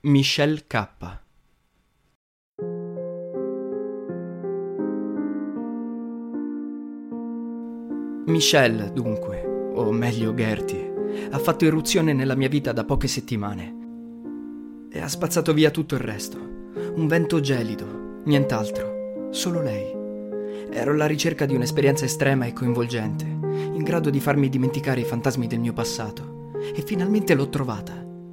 Michelle K. Michelle, dunque, o meglio Gertie, ha fatto irruzione nella mia vita da poche settimane e ha spazzato via tutto il resto. Un vento gelido, nient'altro, solo lei. Ero alla ricerca di un'esperienza estrema e coinvolgente, in grado di farmi dimenticare i fantasmi del mio passato, e finalmente l'ho trovata.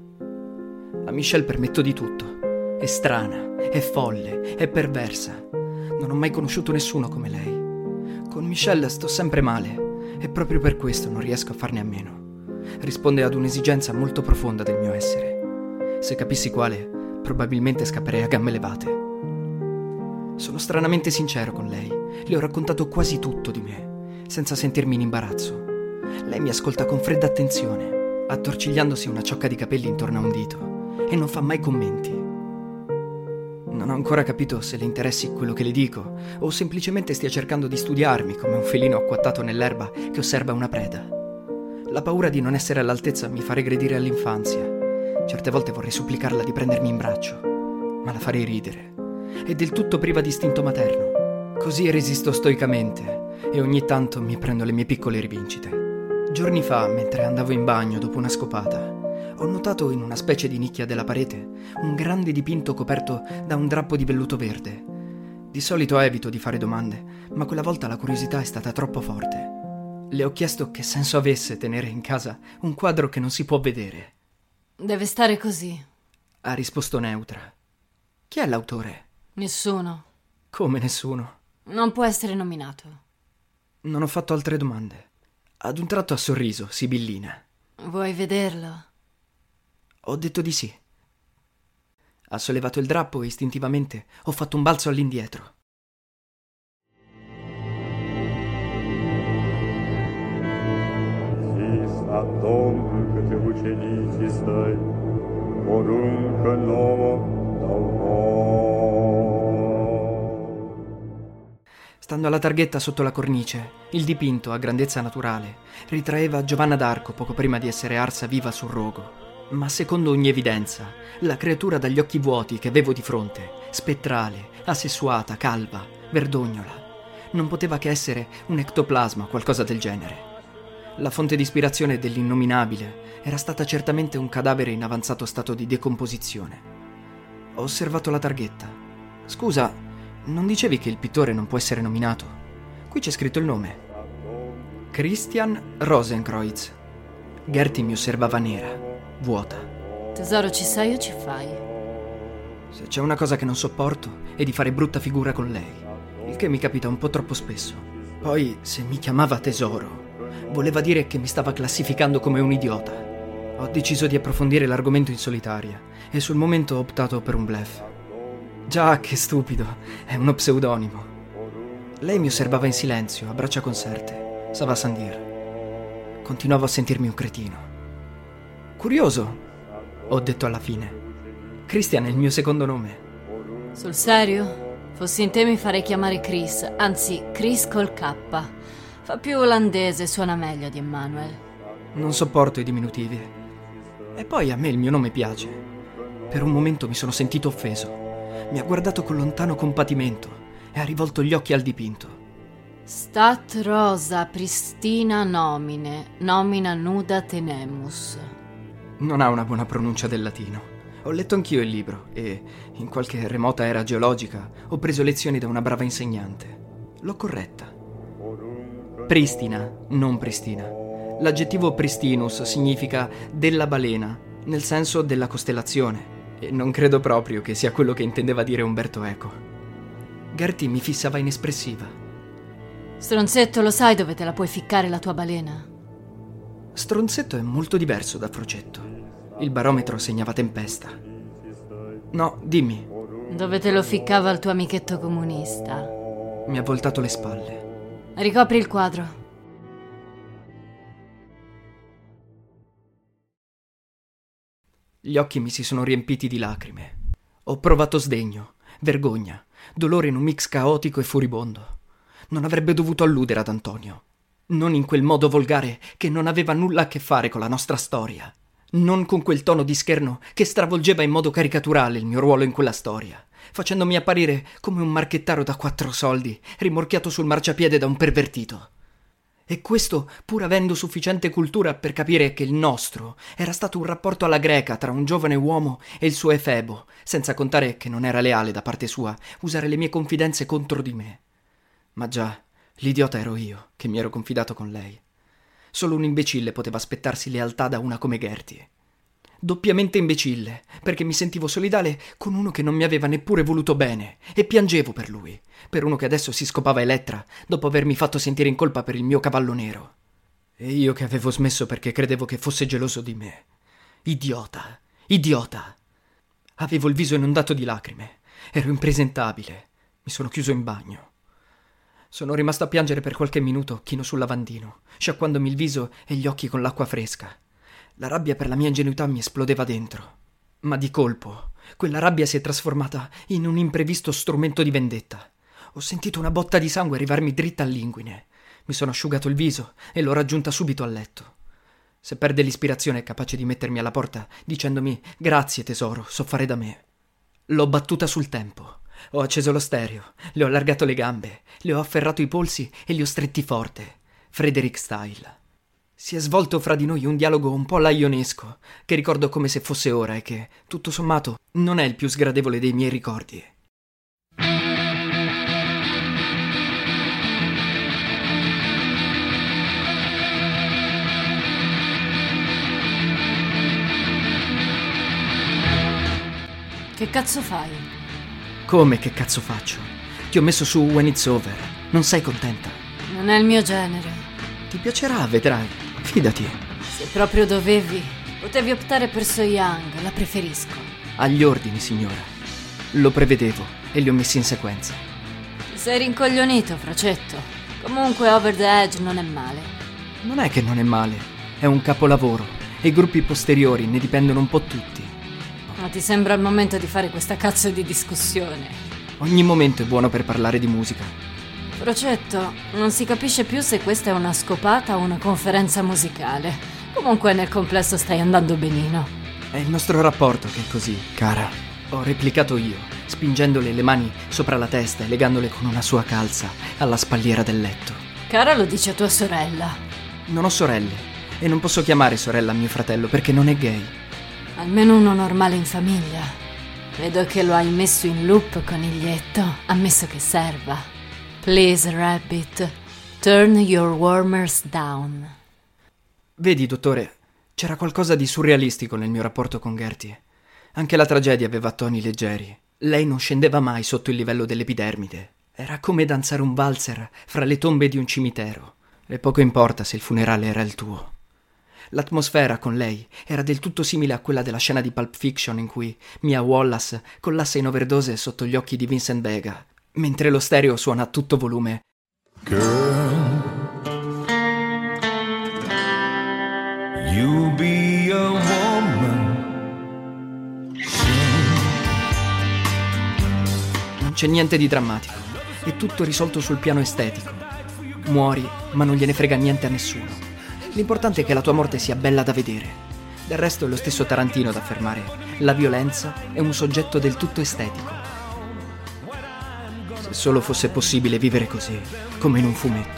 A Michelle permetto di tutto. È strana, è folle, è perversa. Non ho mai conosciuto nessuno come lei. Con Michelle sto sempre male e proprio per questo non riesco a farne a meno. Risponde ad un'esigenza molto profonda del mio essere. Se capissi quale, probabilmente scapperei a gambe levate. Sono stranamente sincero con lei. Le ho raccontato quasi tutto di me, senza sentirmi in imbarazzo. Lei mi ascolta con fredda attenzione, attorcigliandosi una ciocca di capelli intorno a un dito, e non fa mai commenti. Non ho ancora capito se le interessi quello che le dico o semplicemente stia cercando di studiarmi come un felino acquattato nell'erba che osserva una preda. La paura di non essere all'altezza mi fa regredire all'infanzia. Certe volte vorrei supplicarla di prendermi in braccio, ma la farei ridere. È del tutto priva di istinto materno. Così resisto stoicamente e ogni tanto mi prendo le mie piccole rivincite. Giorni fa, mentre andavo in bagno dopo una scopata, ho notato in una specie di nicchia della parete un grande dipinto coperto da un drappo di velluto verde. Di solito evito di fare domande, ma quella volta la curiosità è stata troppo forte. Le ho chiesto che senso avesse tenere in casa un quadro che non si può vedere. Deve stare così. Ha risposto neutra. Chi è l'autore? Nessuno. Come nessuno? Non può essere nominato. Non ho fatto altre domande. Ad un tratto ha sorriso, sibillina. Vuoi vederlo? Ho detto di sì. Ha sollevato il drappo e istintivamente ho fatto un balzo all'indietro. Stando alla targhetta sotto la cornice, il dipinto, a grandezza naturale, ritraeva Giovanna d'Arco poco prima di essere arsa viva sul rogo. Ma secondo ogni evidenza, la creatura dagli occhi vuoti che avevo di fronte, spettrale, asessuata, calva, verdognola, non poteva che essere un ectoplasma o qualcosa del genere. La fonte di ispirazione dell'innominabile era stata certamente un cadavere in avanzato stato di decomposizione. Ho osservato la targhetta. Scusa, non dicevi che il pittore non può essere nominato? Qui c'è scritto il nome. Christian Rosenkreuz. Gertie mi osservava nera, vuota. Tesoro, ci sei o ci fai? Se c'è una cosa che non sopporto è di fare brutta figura con lei, il che mi capita un po' troppo spesso. Poi, se mi chiamava tesoro, voleva dire che mi stava classificando come un idiota. Ho deciso di approfondire l'argomento in solitaria e sul momento ho optato per un bluff. Già, che stupido, è uno pseudonimo. Lei mi osservava in silenzio, a braccia conserte. Ça va sans dire. Continuavo a sentirmi un cretino. Curioso, ho detto alla fine. Christian è il mio secondo nome. Sul serio? Fossi in te mi farei chiamare Chris, anzi Chris col K. Fa più olandese, suona meglio di Emmanuel. Non sopporto i diminutivi. E poi a me il mio nome piace. Per un momento mi sono sentito offeso. Mi ha guardato con lontano compatimento e ha rivolto gli occhi al dipinto. Stat rosa pristina nomina nuda tenemus. Non ha una buona pronuncia del latino. Ho letto anch'io il libro e, in qualche remota era geologica, ho preso lezioni da una brava insegnante. L'ho corretta. Pristina, non pristina. L'aggettivo pristinus significa della balena, nel senso della costellazione, e non credo proprio che sia quello che intendeva dire Umberto Eco. Gertie mi fissava inespressiva. Stronzetto, lo sai dove te la puoi ficcare la tua balena? Stronzetto è molto diverso da frocetto. Il barometro segnava tempesta. No, dimmi. Dove te lo ficcava il tuo amichetto comunista? Mi ha voltato le spalle. Ricopri il quadro. Gli occhi mi si sono riempiti di lacrime. Ho provato sdegno, vergogna, dolore in un mix caotico e furibondo. Non avrebbe dovuto alludere ad Antonio. Non in quel modo volgare che non aveva nulla a che fare con la nostra storia. Non con quel tono di scherno che stravolgeva in modo caricaturale il mio ruolo in quella storia, facendomi apparire come un marchettaro da 4 soldi, rimorchiato sul marciapiede da un pervertito. E questo pur avendo sufficiente cultura per capire che il nostro era stato un rapporto alla greca tra un giovane uomo e il suo efebo, senza contare che non era leale da parte sua usare le mie confidenze contro di me. Ma già, l'idiota ero io, che mi ero confidato con lei. Solo un imbecille poteva aspettarsi lealtà da una come Gertie. Doppiamente imbecille, perché mi sentivo solidale con uno che non mi aveva neppure voluto bene, e piangevo per lui, per uno che adesso si scopava Elettra, dopo avermi fatto sentire in colpa per il mio cavallo nero. E io che avevo smesso perché credevo che fosse geloso di me. Idiota, idiota! Avevo il viso inondato di lacrime, ero impresentabile, mi sono chiuso in bagno. Sono rimasto a piangere per qualche minuto, chino sul lavandino, sciacquandomi il viso e gli occhi con l'acqua fresca. La rabbia per la mia ingenuità mi esplodeva dentro. Ma di colpo, quella rabbia si è trasformata in un imprevisto strumento di vendetta. Ho sentito una botta di sangue arrivarmi dritta all'inguine. Mi sono asciugato il viso e l'ho raggiunta subito a letto. Se perde l'ispirazione è capace di mettermi alla porta dicendomi «Grazie tesoro, so fare da me». L'ho battuta sul tempo. Ho acceso lo stereo, le ho allargato le gambe, le ho afferrato i polsi e li ho stretti forte. Frederick style. Si è svolto fra di noi un dialogo un po' laionesco, che ricordo come se fosse ora e che, tutto sommato, non è il più sgradevole dei miei ricordi. Che cazzo fai? Come che cazzo faccio? Ti ho messo su When It's Over. Non sei contenta? Non è il mio genere. Ti piacerà, vedrai. Fidati. Se proprio dovevi, potevi optare per So Young, la preferisco. Agli ordini, signora. Lo prevedevo e li ho messi in sequenza. Ti sei rincoglionito, Fracetto. Comunque Over the Edge non è male. Non è che non è male. È un capolavoro e i gruppi posteriori ne dipendono un po' tutti. Ma ti sembra il momento di fare questa cazzo di discussione? Ogni momento è buono per parlare di musica. Procetto, non si capisce più se questa è una scopata o una conferenza musicale. Comunque nel complesso stai andando benino. È il nostro rapporto che è così, cara. Ho replicato io, spingendole le mani sopra la testa e legandole con una sua calza alla spalliera del letto. Cara lo dice a tua sorella. Non ho sorelle e non posso chiamare sorella mio fratello perché non è gay. Almeno uno normale in famiglia. Vedo che lo hai messo in loop, coniglietto, ammesso che serva. Please, Rabbit, turn your warmers down. Vedi, dottore, c'era qualcosa di surrealistico nel mio rapporto con Gertie. Anche la tragedia aveva toni leggeri. Lei non scendeva mai sotto il livello dell'epidermide. Era come danzare un valzer fra le tombe di un cimitero. E poco importa se il funerale era il tuo. L'atmosfera con lei era del tutto simile a quella della scena di Pulp Fiction in cui Mia Wallace collassa in overdose sotto gli occhi di Vincent Vega, mentre lo stereo suona a tutto volume. Girl, you be a woman. Non c'è niente di drammatico, è tutto risolto sul piano estetico. Muori, ma non gliene frega niente a nessuno. L'importante è che la tua morte sia bella da vedere. Del resto è lo stesso Tarantino ad affermare: la violenza è un soggetto del tutto estetico. Se solo fosse possibile vivere così, come in un fumetto.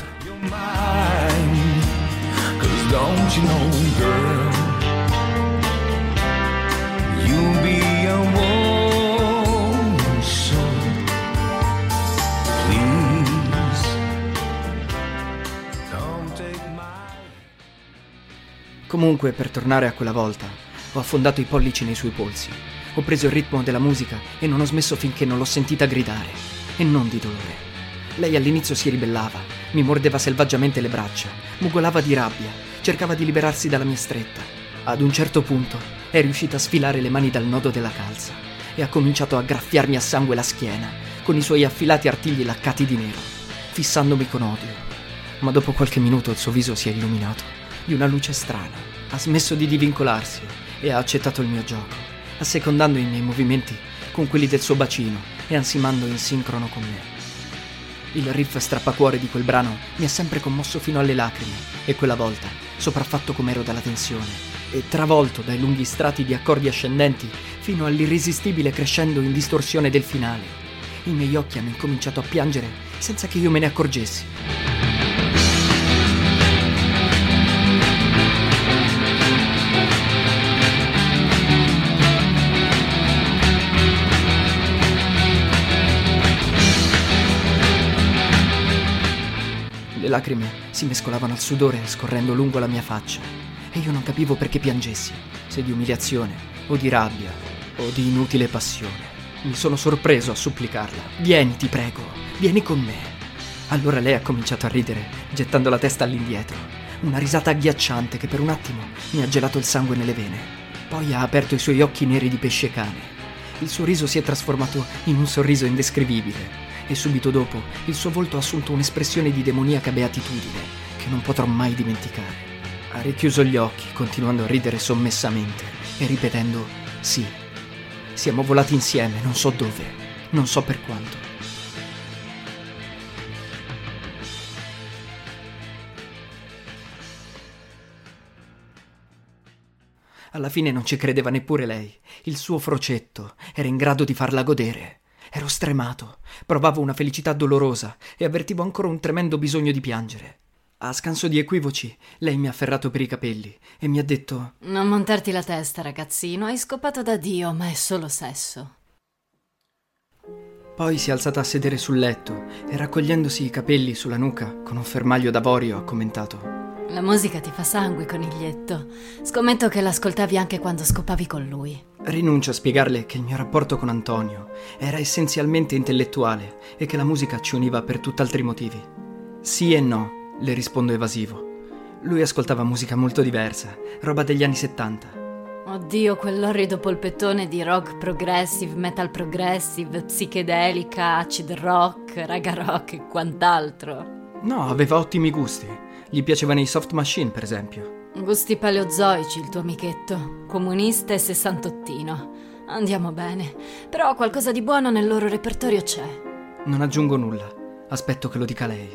Comunque, per tornare a quella volta, ho affondato i pollici nei suoi polsi. Ho preso il ritmo della musica e non ho smesso finché non l'ho sentita gridare. E non di dolore. Lei all'inizio si ribellava, mi mordeva selvaggiamente le braccia, mugolava di rabbia, cercava di liberarsi dalla mia stretta. Ad un certo punto è riuscita a sfilare le mani dal nodo della calza e ha cominciato a graffiarmi a sangue la schiena con i suoi affilati artigli laccati di nero, fissandomi con odio. Ma dopo qualche minuto il suo viso si è illuminato di una luce strana. Ha smesso di divincolarsi e ha accettato il mio gioco, assecondando i miei movimenti con quelli del suo bacino e ansimando in sincrono con me. Il riff strappacuore di quel brano mi ha sempre commosso fino alle lacrime e quella volta, sopraffatto com'ero dalla tensione, e travolto dai lunghi strati di accordi ascendenti fino all'irresistibile crescendo in distorsione del finale. I miei occhi hanno incominciato a piangere senza che io me ne accorgessi. Le lacrime si mescolavano al sudore scorrendo lungo la mia faccia e io non capivo perché piangessi, se di umiliazione o di rabbia o di inutile passione. Mi sono sorpreso a supplicarla. Vieni, ti prego, vieni con me. Allora lei ha cominciato a ridere, gettando la testa all'indietro. Una risata agghiacciante che per un attimo mi ha gelato il sangue nelle vene. Poi ha aperto i suoi occhi neri di pesce cane. Il suo riso si è trasformato in un sorriso indescrivibile. E subito dopo il suo volto ha assunto un'espressione di demoniaca beatitudine che non potrò mai dimenticare. Ha richiuso gli occhi, continuando a ridere sommessamente e ripetendo sì. Siamo volati insieme, non so dove, non so per quanto. Alla fine non ci credeva neppure lei. Il suo frocetto era in grado di farla godere. Ero stremato, provavo una felicità dolorosa e avvertivo ancora un tremendo bisogno di piangere. A scanso di equivoci, lei mi ha afferrato per i capelli e mi ha detto: Non montarti la testa, ragazzino, hai scopato da Dio, ma è solo sesso. Poi si è alzata a sedere sul letto e raccogliendosi i capelli sulla nuca con un fermaglio d'avorio ha commentato: La musica ti fa sangue, coniglietto. Scommetto che l'ascoltavi anche quando scopavi con lui. Rinuncio a spiegarle che il mio rapporto con Antonio era essenzialmente intellettuale e che la musica ci univa per tutt'altri motivi. Sì e no, le rispondo evasivo. Lui ascoltava musica molto diversa, roba degli anni 70. Oddio, quell'orrido polpettone di rock progressive, metal progressive, psichedelica, acid rock, raga rock e quant'altro. No, aveva ottimi gusti. Gli piacevano i Soft Machine, per esempio. Gusti paleozoici, il tuo amichetto. Comunista e sessantottino. Andiamo bene. Però qualcosa di buono nel loro repertorio c'è. Non aggiungo nulla. Aspetto che lo dica lei.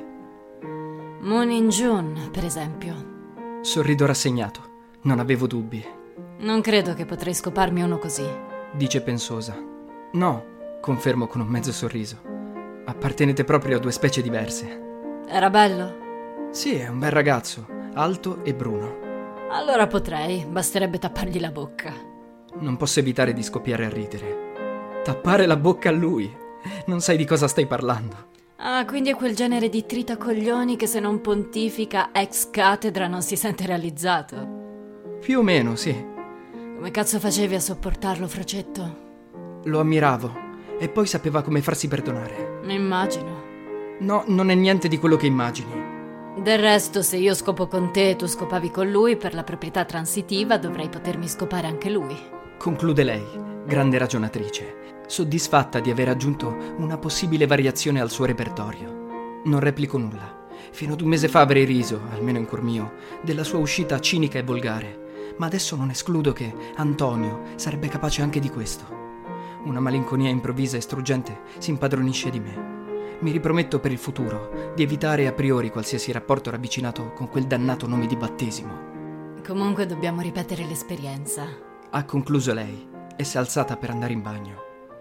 Moon in June, per esempio. Sorrido rassegnato. Non avevo dubbi. Non credo che potrei scoparmi uno così. Dice pensosa. No, confermo con un mezzo sorriso. Appartenete proprio a due specie diverse. Era bello? Sì, è un bel ragazzo, alto e bruno. Allora potrei, basterebbe tappargli la bocca. Non posso evitare di scoppiare a ridere. Tappare la bocca a lui? Non sai di cosa stai parlando. Ah, quindi è quel genere di tritacoglioni che se non pontifica ex cattedra non si sente realizzato? Più o meno, sì. Come cazzo facevi a sopportarlo, frocetto? Lo ammiravo e poi sapeva come farsi perdonare. Immagino. No, non è niente di quello che immagini. Del resto, se io scopo con te e tu scopavi con lui, per la proprietà transitiva dovrei potermi scopare anche lui. Conclude lei, grande ragionatrice, soddisfatta di aver aggiunto una possibile variazione al suo repertorio. Non replico nulla. Fino ad un mese fa avrei riso, almeno in cuor mio, della sua uscita cinica e volgare, ma adesso non escludo che Antonio sarebbe capace anche di questo. Una malinconia improvvisa e struggente si impadronisce di me. Mi riprometto per il futuro di evitare a priori qualsiasi rapporto ravvicinato con quel dannato nome di battesimo. Comunque dobbiamo ripetere l'esperienza. Ha concluso lei e si è alzata per andare in bagno.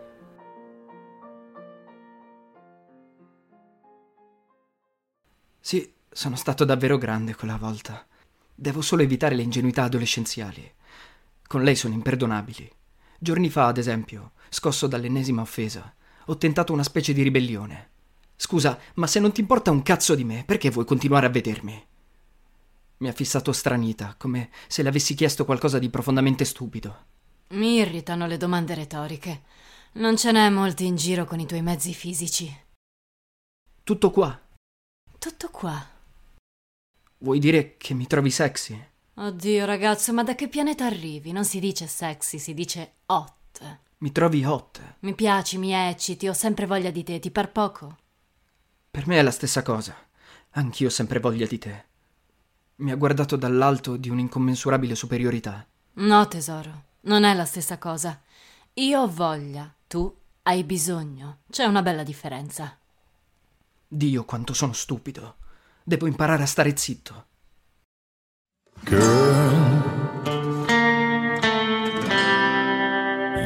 Sì, sono stato davvero grande quella volta. Devo solo evitare le ingenuità adolescenziali. Con lei sono imperdonabili. Giorni fa, ad esempio, scosso dall'ennesima offesa, ho tentato una specie di ribellione. Scusa, ma se non ti importa un cazzo di me, perché vuoi continuare a vedermi? Mi ha fissato stranita, come se le avessi chiesto qualcosa di profondamente stupido. Mi irritano le domande retoriche. Non ce n'è molti in giro con i tuoi mezzi fisici. Tutto qua? Tutto qua. Vuoi dire che mi trovi sexy? Oddio, ragazzo, ma da che pianeta arrivi? Non si dice sexy, si dice hot. Mi trovi hot? Mi piaci, mi ecciti, ho sempre voglia di te, ti par poco? Per me è la stessa cosa. Anch'io ho sempre voglia di te. Mi ha guardato dall'alto di un'incommensurabile superiorità. No, tesoro, non è la stessa cosa. Io ho voglia, tu hai bisogno. C'è una bella differenza. Dio, quanto sono stupido. Devo imparare a stare zitto. Girl,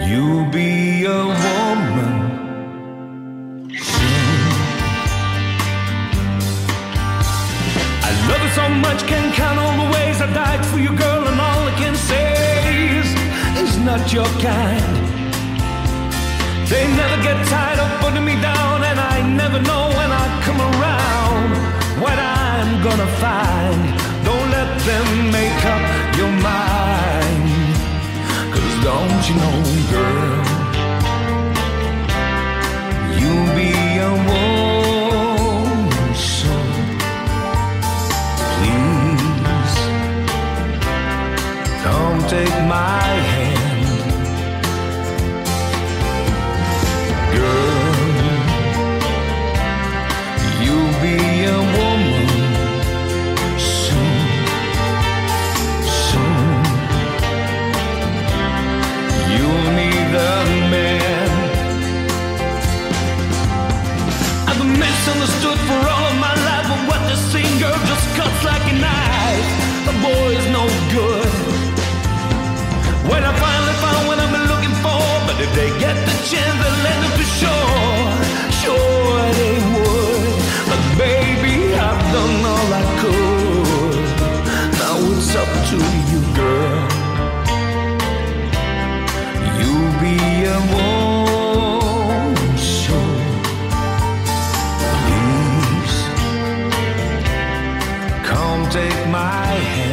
You'll be a woman soon. I love you so much, can't count all the ways I died for you, girl, and all I can say is it's not your kind. They never get tired of putting me down, and I never know when I come around what I'm gonna find. Don't let them make up your mind, 'cause don't you know, girl, you'll be a woman soon. Please, come take my hand, girl, you'll be a woman soon, soon. You'll need a man. I've been misunderstood for all of my life, but what you seen, girl, just cuts like a knife. The boy's no good. When I finally found what I've been looking for, but if they get the chance, they'll land up to shore. Sure they would, but baby, I've done all I could. Now it's up to you, girl. You'll be a woman soon. Please, come take my hand.